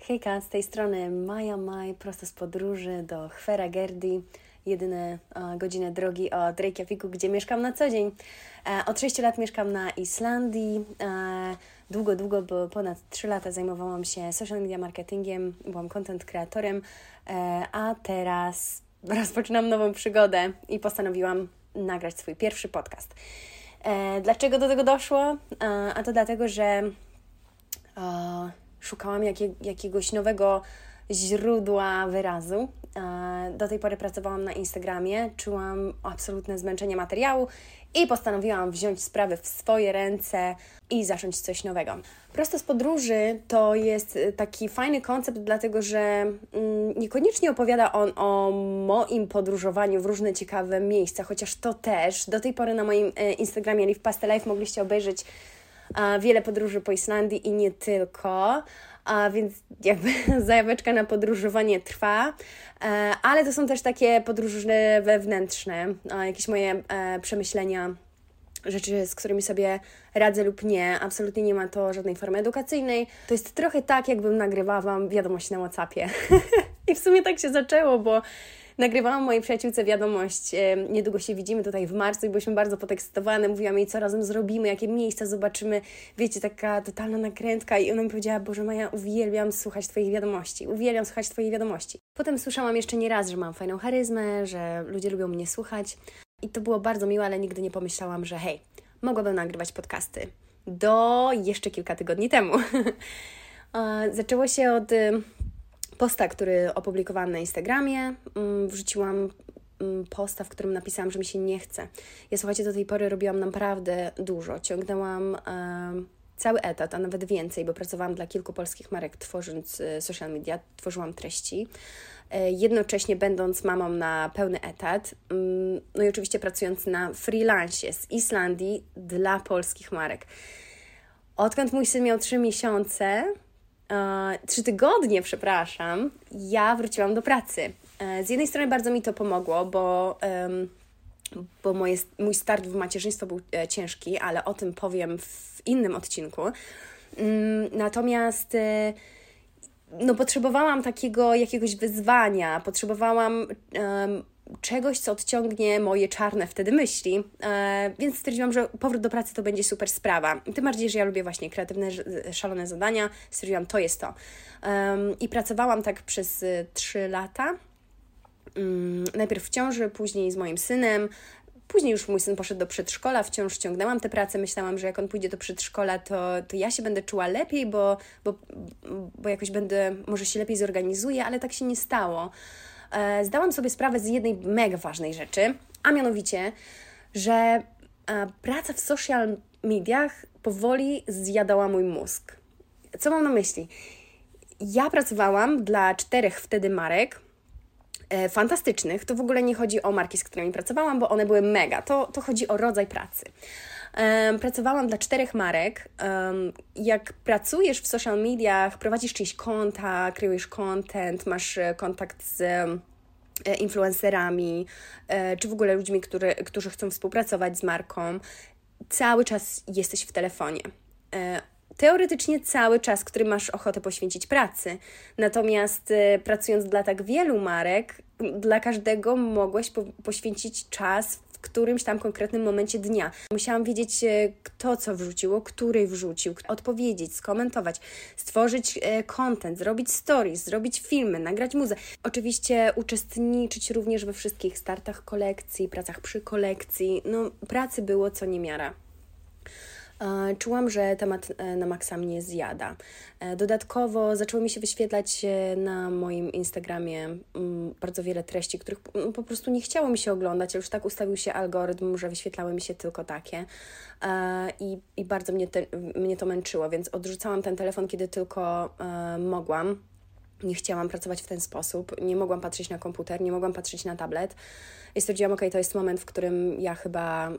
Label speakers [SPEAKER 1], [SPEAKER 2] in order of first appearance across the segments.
[SPEAKER 1] Hejka, z tej strony Maja Maj, prosto z podróży do Hveragerdi, jedyne godziny drogi od Reykjaviku, gdzie mieszkam na co dzień. Od 6 lat mieszkam na Islandii. Długo, bo ponad 3 lata zajmowałam się social media marketingiem, byłam content kreatorem, a teraz rozpoczynam nową przygodę i postanowiłam nagrać swój pierwszy podcast. Dlaczego do tego doszło? A to dlatego, że szukałam jakiegoś nowego źródła wyrazu. Do tej pory pracowałam na Instagramie, czułam absolutne zmęczenie materiału i postanowiłam wziąć sprawy w swoje ręce i zacząć coś nowego. Prosto z podróży to jest taki fajny koncept, dlatego że niekoniecznie opowiada on o moim podróżowaniu w różne ciekawe miejsca, chociaż to też. Do tej pory na moim Instagramie Live Past Life mogliście obejrzeć wiele podróży po Islandii i nie tylko, więc jakby zajaweczka na podróżowanie trwa, ale to są też takie podróże wewnętrzne, jakieś moje przemyślenia, rzeczy, z którymi sobie radzę lub nie. Absolutnie nie ma to żadnej formy edukacyjnej. To jest trochę tak, jakbym nagrywała Wam wiadomość na WhatsAppie. I w sumie tak się zaczęło, bo nagrywałam mojej przyjaciółce wiadomość, niedługo się widzimy tutaj w marcu i byliśmy bardzo podekscytowane, mówiłam jej, co razem zrobimy, jakie miejsca zobaczymy, wiecie, taka totalna nakrętka i ona mi powiedziała, Boże Maja, uwielbiam słuchać Twoich wiadomości. Potem słyszałam jeszcze nie raz, że mam fajną charyzmę, że ludzie lubią mnie słuchać i to było bardzo miłe, ale nigdy nie pomyślałam, że hej, mogłabym nagrywać podcasty. Do jeszcze kilka tygodni temu. Zaczęło się od posta, który opublikowałam na Instagramie. Wrzuciłam posta, w którym napisałam, że mi się nie chce. Ja, słuchajcie, do tej pory robiłam naprawdę dużo. Ciągnęłam cały etat, a nawet więcej, bo pracowałam dla kilku polskich marek, tworząc social media, tworzyłam treści, jednocześnie będąc mamą na pełny etat, no i oczywiście pracując na freelancie z Islandii dla polskich marek. Odkąd mój syn miał 3 tygodnie, ja wróciłam do pracy. Z jednej strony bardzo mi to pomogło, bo mój start w macierzyństwo był ciężki, ale o tym powiem w innym odcinku. Natomiast potrzebowałam takiego jakiegoś wyzwania, potrzebowałam czegoś, co odciągnie moje czarne wtedy myśli, więc stwierdziłam, że powrót do pracy to będzie super sprawa. Tym bardziej, że ja lubię właśnie kreatywne, szalone zadania. Stwierdziłam, to jest to. I pracowałam tak przez 3 lata. Najpierw w ciąży, później z moim synem. Później już mój syn poszedł do przedszkola, wciąż ciągnęłam tę pracę. Myślałam, że jak on pójdzie do przedszkola, to ja się będę czuła lepiej, bo jakoś może się lepiej zorganizuję, ale tak się nie stało. Zdałam sobie sprawę z jednej mega ważnej rzeczy, a mianowicie, że praca w social mediach powoli zjadała mój mózg. Co mam na myśli? Ja pracowałam dla 4 wtedy marek, fantastycznych. To w ogóle nie chodzi o marki, z którymi pracowałam, bo one były mega. To chodzi o rodzaj pracy. Pracowałam dla 4 marek. Jak pracujesz w social mediach, prowadzisz czyjeś konta, kreujesz content, masz kontakt z influencerami, czy w ogóle ludźmi, którzy chcą współpracować z marką, cały czas jesteś w telefonie. Teoretycznie cały czas, który masz ochotę poświęcić pracy. Natomiast pracując dla tak wielu marek, dla każdego mogłeś poświęcić czas w którymś tam konkretnym momencie dnia. Musiałam wiedzieć, kto co wrzucił, który wrzucił, odpowiedzieć, skomentować, stworzyć content, zrobić stories, zrobić filmy, nagrać muzę. Oczywiście uczestniczyć również we wszystkich startach kolekcji, pracach przy kolekcji. Pracy było co niemiara. Czułam, że temat na maksa mnie zjada. Dodatkowo zaczęło mi się wyświetlać na moim Instagramie bardzo wiele treści, których po prostu nie chciało mi się oglądać, a już tak ustawił się algorytm, że wyświetlały mi się tylko takie. I bardzo mnie to męczyło, więc odrzucałam ten telefon, kiedy tylko mogłam. Nie chciałam pracować w ten sposób, nie mogłam patrzeć na komputer, nie mogłam patrzeć na tablet. I stwierdziłam, to jest moment, w którym ja chyba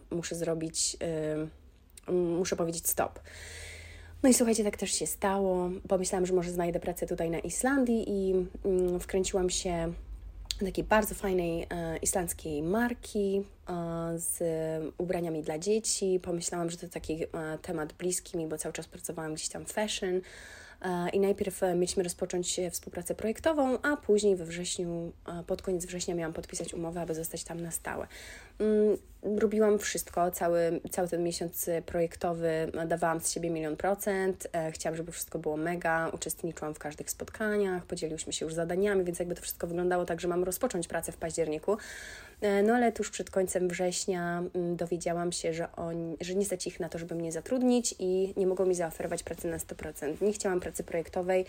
[SPEAKER 1] muszę powiedzieć stop. No i słuchajcie, tak też się stało. Pomyślałam, że może znajdę pracę tutaj na Islandii i wkręciłam się do takiej bardzo fajnej islandzkiej marki z ubraniami dla dzieci. Pomyślałam, że to taki temat bliski mi, bo cały czas pracowałam gdzieś tam fashion. i najpierw mieliśmy rozpocząć współpracę projektową, a później we wrześniu, pod koniec września miałam podpisać umowę, aby zostać tam na stałe. Robiłam wszystko, cały ten miesiąc projektowy, dawałam z siebie 1,000,000%, chciałam, żeby wszystko było mega, uczestniczyłam w każdych spotkaniach, podzieliłyśmy się już zadaniami, więc jakby to wszystko wyglądało tak, że mam rozpocząć pracę w październiku. No ale tuż przed końcem września dowiedziałam się, że nie stać ich na to, żeby mnie zatrudnić i nie mogą mi zaoferować pracy na 100%. Nie chciałam pracy projektowej,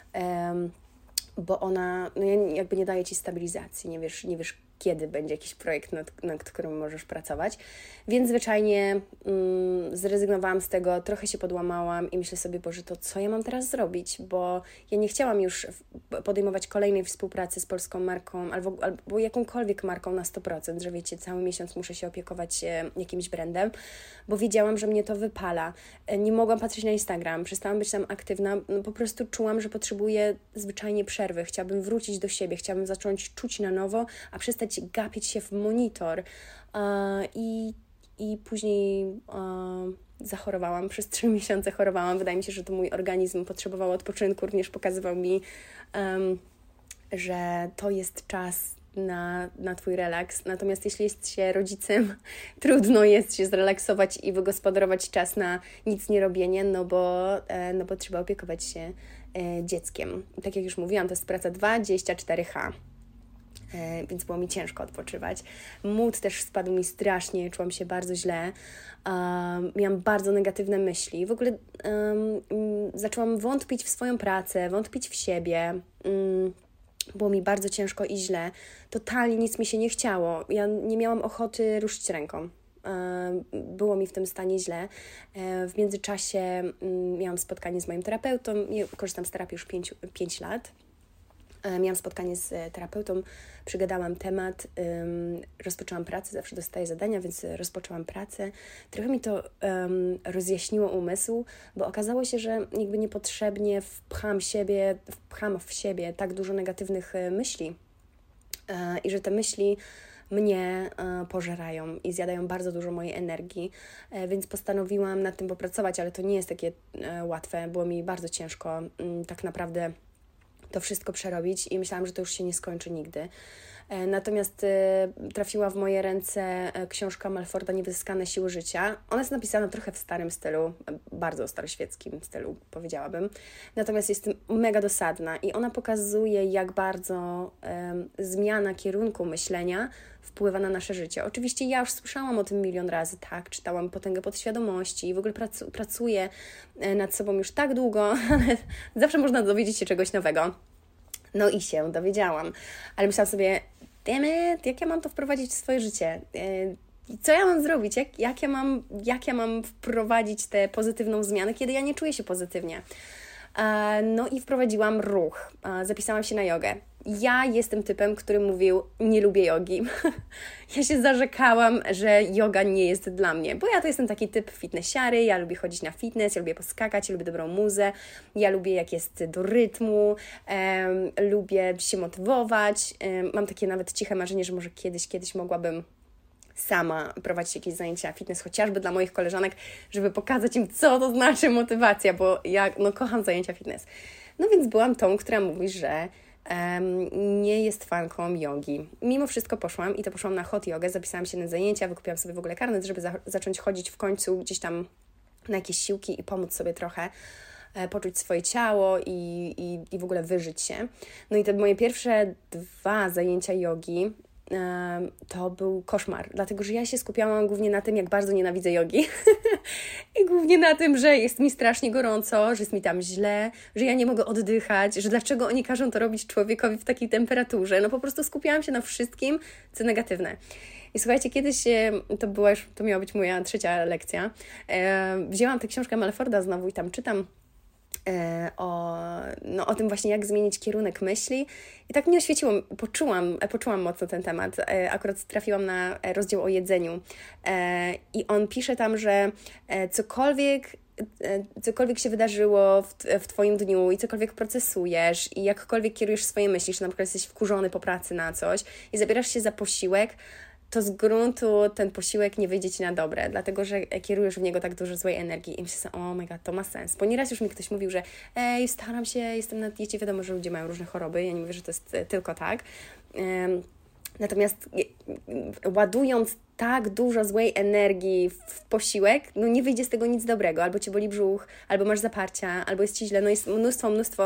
[SPEAKER 1] bo ona jakby nie daje Ci stabilizacji, nie wiesz kiedy będzie jakiś projekt, nad którym możesz pracować. Więc zwyczajnie zrezygnowałam z tego, trochę się podłamałam i myślę sobie, Boże, to co ja mam teraz zrobić? Bo ja nie chciałam już podejmować kolejnej współpracy z polską marką albo jakąkolwiek marką na 100%, że wiecie, cały miesiąc muszę się opiekować jakimś brandem, bo wiedziałam, że mnie to wypala. Nie mogłam patrzeć na Instagram, przestałam być tam aktywna, po prostu czułam, że potrzebuję zwyczajnie przerwy. Chciałabym wrócić do siebie, chciałabym zacząć czuć na nowo, a przestać gapić się w monitor. I później zachorowałam, przez 3 miesiące chorowałam. Wydaje mi się, że to mój organizm potrzebował odpoczynku, również pokazywał mi, że to jest czas na Twój relaks. Natomiast jeśli jest się rodzicem, trudno jest się zrelaksować i wygospodarować czas na nic nie robienie, no bo trzeba opiekować się dzieckiem. Tak jak już mówiłam, to jest praca 24H. Więc było mi ciężko odpoczywać. Mód też spadł mi strasznie, czułam się bardzo źle. Miałam bardzo negatywne myśli. W ogóle zaczęłam wątpić w swoją pracę, wątpić w siebie. Było mi bardzo ciężko i źle. Totalnie nic mi się nie chciało. Ja nie miałam ochoty ruszyć ręką. Było mi w tym stanie źle. W międzyczasie miałam spotkanie z moim terapeutą. Ja korzystam z terapii już 5 lat. Miałam spotkanie z terapeutą, przygadałam temat, rozpoczęłam pracę, zawsze dostaję zadania, więc rozpoczęłam pracę. Trochę mi to rozjaśniło umysł, bo okazało się, że jakby niepotrzebnie wpcham w siebie tak dużo negatywnych myśli i że te myśli mnie pożerają i zjadają bardzo dużo mojej energii, więc postanowiłam nad tym popracować, ale to nie jest takie łatwe, było mi bardzo ciężko tak naprawdę to wszystko przerobić i myślałam, że to już się nie skończy nigdy. Natomiast trafiła w moje ręce książka Malforda Niewyzyskane siły życia. Ona jest napisana trochę w starym stylu, bardzo staroświeckim stylu, powiedziałabym. Natomiast jest mega dosadna i ona pokazuje, jak bardzo zmiana kierunku myślenia wpływa na nasze życie. Oczywiście ja już słyszałam o tym 1,000,000 razy, tak, czytałam Potęgę Podświadomości i w ogóle pracuję nad sobą już tak długo, ale zawsze można dowiedzieć się czegoś nowego. No i się dowiedziałam, ale myślałam sobie, jak ja mam to wprowadzić w swoje życie? Co ja mam zrobić? Jak ja mam wprowadzić tę pozytywną zmianę, kiedy ja nie czuję się pozytywnie? No i wprowadziłam ruch. Zapisałam się na jogę. Ja jestem typem, który mówił, nie lubię jogi. Ja się zarzekałam, że joga nie jest dla mnie, bo ja to jestem taki typ fitnessiary, ja lubię chodzić na fitness, ja lubię poskakać, ja lubię dobrą muzę, ja lubię jak jest do rytmu, lubię się motywować. Mam takie nawet ciche marzenie, że może kiedyś mogłabym sama prowadzić jakieś zajęcia fitness, chociażby dla moich koleżanek, żeby pokazać im, co to znaczy motywacja, bo ja kocham zajęcia fitness. No więc byłam tą, która mówi, że nie jest fanką jogi. Mimo wszystko poszłam na hot jogę, zapisałam się na zajęcia, wykupiłam sobie w ogóle karnet, żeby zacząć chodzić w końcu gdzieś tam na jakieś siłki i pomóc sobie trochę poczuć swoje ciało i w ogóle wyżyć się. No i te moje pierwsze 2 zajęcia jogi to był koszmar, dlatego że ja się skupiałam głównie na tym, jak bardzo nienawidzę jogi i głównie na tym, że jest mi strasznie gorąco, że jest mi tam źle, że ja nie mogę oddychać, że dlaczego oni każą to robić człowiekowi w takiej temperaturze. No po prostu skupiałam się na wszystkim, co negatywne. I słuchajcie, kiedyś, to miała być moja 3. lekcja, wzięłam tę książkę Malforda znowu i tam czytam o tym właśnie, jak zmienić kierunek myśli. I tak mnie oświeciło, poczułam mocno ten temat. Akurat trafiłam na rozdział o jedzeniu i on pisze tam, że cokolwiek się wydarzyło w Twoim dniu i cokolwiek procesujesz i jakkolwiek kierujesz swoje myśli, że na przykład jesteś wkurzony po pracy na coś i zabierasz się za posiłek, to z gruntu ten posiłek nie wyjdzie Ci na dobre, dlatego że kierujesz w niego tak dużo złej energii. I myślę sobie, oh my god, to ma sens. Bo nieraz już mi ktoś mówił, że staram się, jestem na diecie, wiadomo, że ludzie mają różne choroby, ja nie mówię, że to jest tylko tak. Natomiast ładując tak dużo złej energii w posiłek, no nie wyjdzie z tego nic dobrego. Albo Cię boli brzuch, albo masz zaparcia, albo jest Ci źle. No jest mnóstwo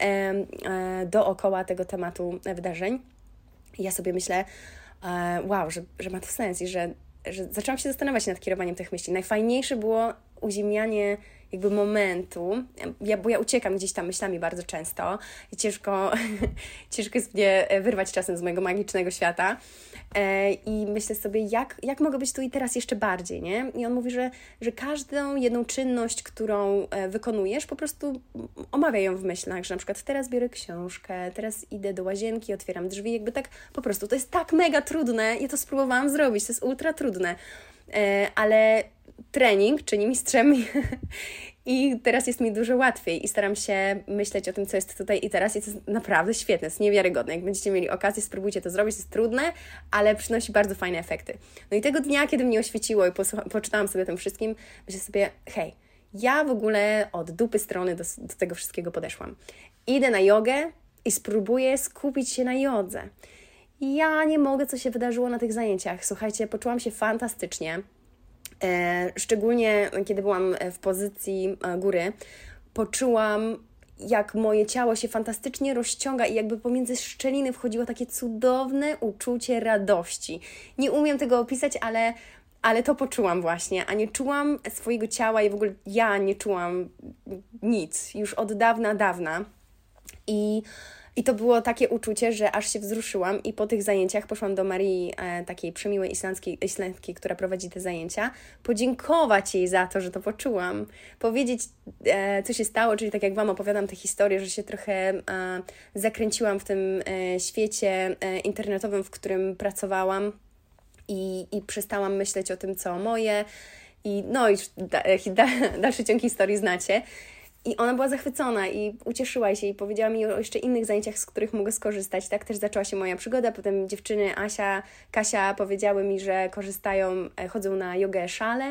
[SPEAKER 1] dookoła tego tematu wydarzeń. I ja sobie myślę, wow, że ma to sens i że zaczęłam się zastanawiać nad kierowaniem tych myśli. Najfajniejsze było uziemianie jakby momentu, bo ja uciekam gdzieś tam myślami bardzo często i ciężko jest mnie wyrwać czasem z mojego magicznego świata i myślę sobie, jak mogę być tu i teraz jeszcze bardziej, nie? I on mówi, że każdą jedną czynność, którą wykonujesz, po prostu omawiaj ją w myślach, że na przykład teraz biorę książkę, teraz idę do łazienki, otwieram drzwi, jakby tak po prostu, to jest tak mega trudne, ja to spróbowałam zrobić, to jest ultra trudne, ale trening czyni mistrzem i teraz jest mi dużo łatwiej i staram się myśleć o tym, co jest tutaj i teraz i to jest naprawdę świetne, jest niewiarygodne. Jak będziecie mieli okazję, spróbujcie to zrobić, to jest trudne, ale przynosi bardzo fajne efekty. No i tego dnia, kiedy mnie oświeciło i poczytałam sobie o tym wszystkim, myślę sobie, hej, ja w ogóle od dupy strony do tego wszystkiego podeszłam. Idę na jogę i spróbuję skupić się na jodze. Ja nie mogę, co się wydarzyło na tych zajęciach. Słuchajcie, poczułam się fantastycznie. Szczególnie kiedy byłam w pozycji góry, poczułam, jak moje ciało się fantastycznie rozciąga i jakby pomiędzy szczeliny wchodziło takie cudowne uczucie radości. Nie umiem tego opisać, ale to poczułam właśnie, a nie czułam swojego ciała i w ogóle ja nie czułam nic już od dawna. I to było takie uczucie, że aż się wzruszyłam i po tych zajęciach poszłam do Marii, takiej przemiłej Islandki, która prowadzi te zajęcia, podziękować jej za to, że to poczułam, powiedzieć, co się stało, czyli tak jak Wam opowiadam tę historię, że się trochę zakręciłam w tym świecie internetowym, w którym pracowałam i przestałam myśleć o tym, co moje i no już dalszy ciąg historii znacie. I ona była zachwycona i ucieszyła się i powiedziała mi o jeszcze innych zajęciach, z których mogę skorzystać. Tak też zaczęła się moja przygoda. Potem dziewczyny Asia, Kasia powiedziały mi, że korzystają, chodzą na yoga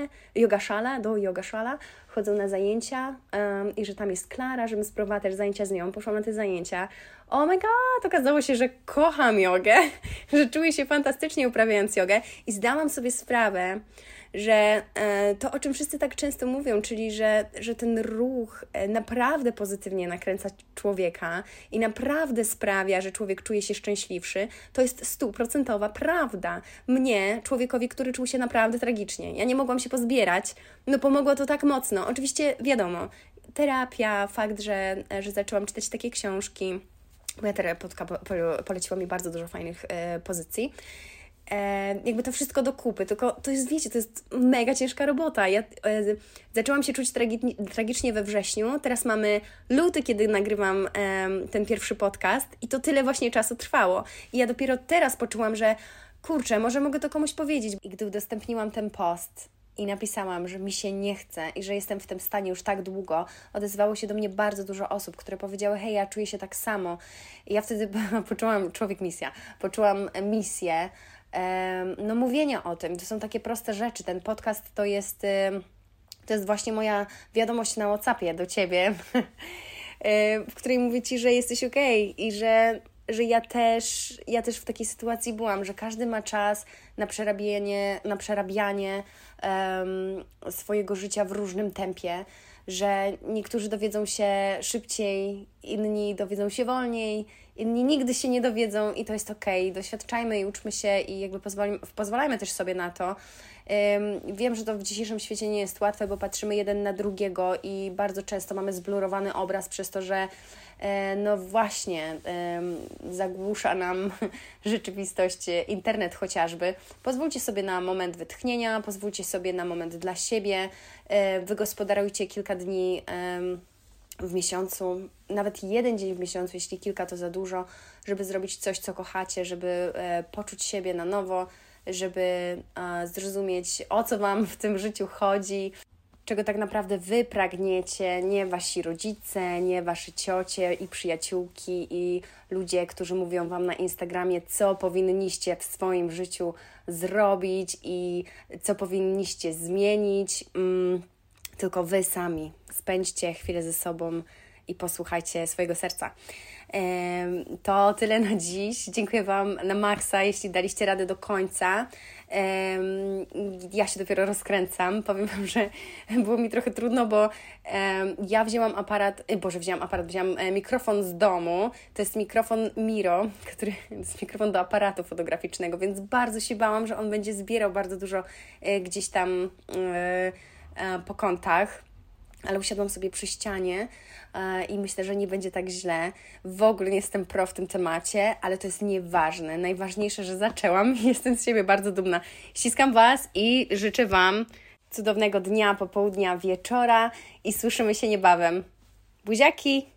[SPEAKER 1] szala, chodzą na zajęcia i że tam jest Klara, żebym spróbowała też zajęcia z nią. Poszłam na te zajęcia. Oh my god, okazało się, że kocham jogę, że czuję się fantastycznie uprawiając jogę i zdałam sobie sprawę, że to, o czym wszyscy tak często mówią, czyli że ten ruch naprawdę pozytywnie nakręca człowieka i naprawdę sprawia, że człowiek czuje się szczęśliwszy, to jest 100% prawda. Mnie, człowiekowi, który czuł się naprawdę tragicznie, ja nie mogłam się pozbierać, no pomogło to tak mocno. Oczywiście wiadomo, terapia, fakt, że zaczęłam czytać takie książki, moja terapeutka poleciła mi bardzo dużo fajnych pozycji. Jakby to wszystko do kupy, tylko to jest, wiecie, to jest mega ciężka robota. Ja zaczęłam się czuć tragicznie we wrześniu, teraz mamy luty, kiedy nagrywam ten pierwszy podcast i to tyle właśnie czasu trwało. I ja dopiero teraz poczułam, że kurczę, może mogę to komuś powiedzieć. I gdy udostępniłam ten post i napisałam, że mi się nie chce i że jestem w tym stanie już tak długo, odezwało się do mnie bardzo dużo osób, które powiedziały, hej, ja czuję się tak samo. I ja wtedy poczułam, poczułam misję, no mówienia o tym. To są takie proste rzeczy. Ten podcast to jest właśnie moja wiadomość na WhatsAppie do Ciebie, w której mówię Ci, że jesteś okej i że ja też w takiej sytuacji byłam, że każdy ma czas na przerabianie swojego życia w różnym tempie, że niektórzy dowiedzą się szybciej, inni dowiedzą się wolniej, inni nigdy się nie dowiedzą i to jest okej. Doświadczajmy i uczmy się i jakby pozwalajmy też sobie na to. Wiem, że to w dzisiejszym świecie nie jest łatwe, bo patrzymy jeden na drugiego i bardzo często mamy zblurowany obraz przez to, że no właśnie zagłusza nam rzeczywistość internet chociażby. Pozwólcie sobie na moment wytchnienia, pozwólcie sobie na moment dla siebie, wygospodarujcie kilka dni w miesiącu, nawet jeden dzień w miesiącu, jeśli kilka to za dużo, żeby zrobić coś, co kochacie, żeby poczuć siebie na nowo, żeby zrozumieć, o co Wam w tym życiu chodzi. czego tak naprawdę Wy pragniecie, nie Wasi rodzice, nie Wasze ciocie i przyjaciółki i ludzie, którzy mówią Wam na Instagramie, co powinniście w swoim życiu zrobić i co powinniście zmienić, tylko Wy sami. Spędźcie chwilę ze sobą i posłuchajcie swojego serca. To tyle na dziś. Dziękuję Wam na maksa, jeśli daliście radę do końca. Ja się dopiero rozkręcam. Powiem Wam, że było mi trochę trudno, bo ja wzięłam mikrofon z domu. To jest mikrofon Miro, to jest mikrofon do aparatu fotograficznego, więc bardzo się bałam, że on będzie zbierał bardzo dużo gdzieś tam po kątach. Ale usiadłam sobie przy ścianie i myślę, że nie będzie tak źle. W ogóle nie jestem pro w tym temacie, ale to jest nieważne. Najważniejsze, że zaczęłam i jestem z siebie bardzo dumna. Ściskam Was i życzę Wam cudownego dnia, popołudnia, wieczora i słyszymy się niebawem. Buziaki!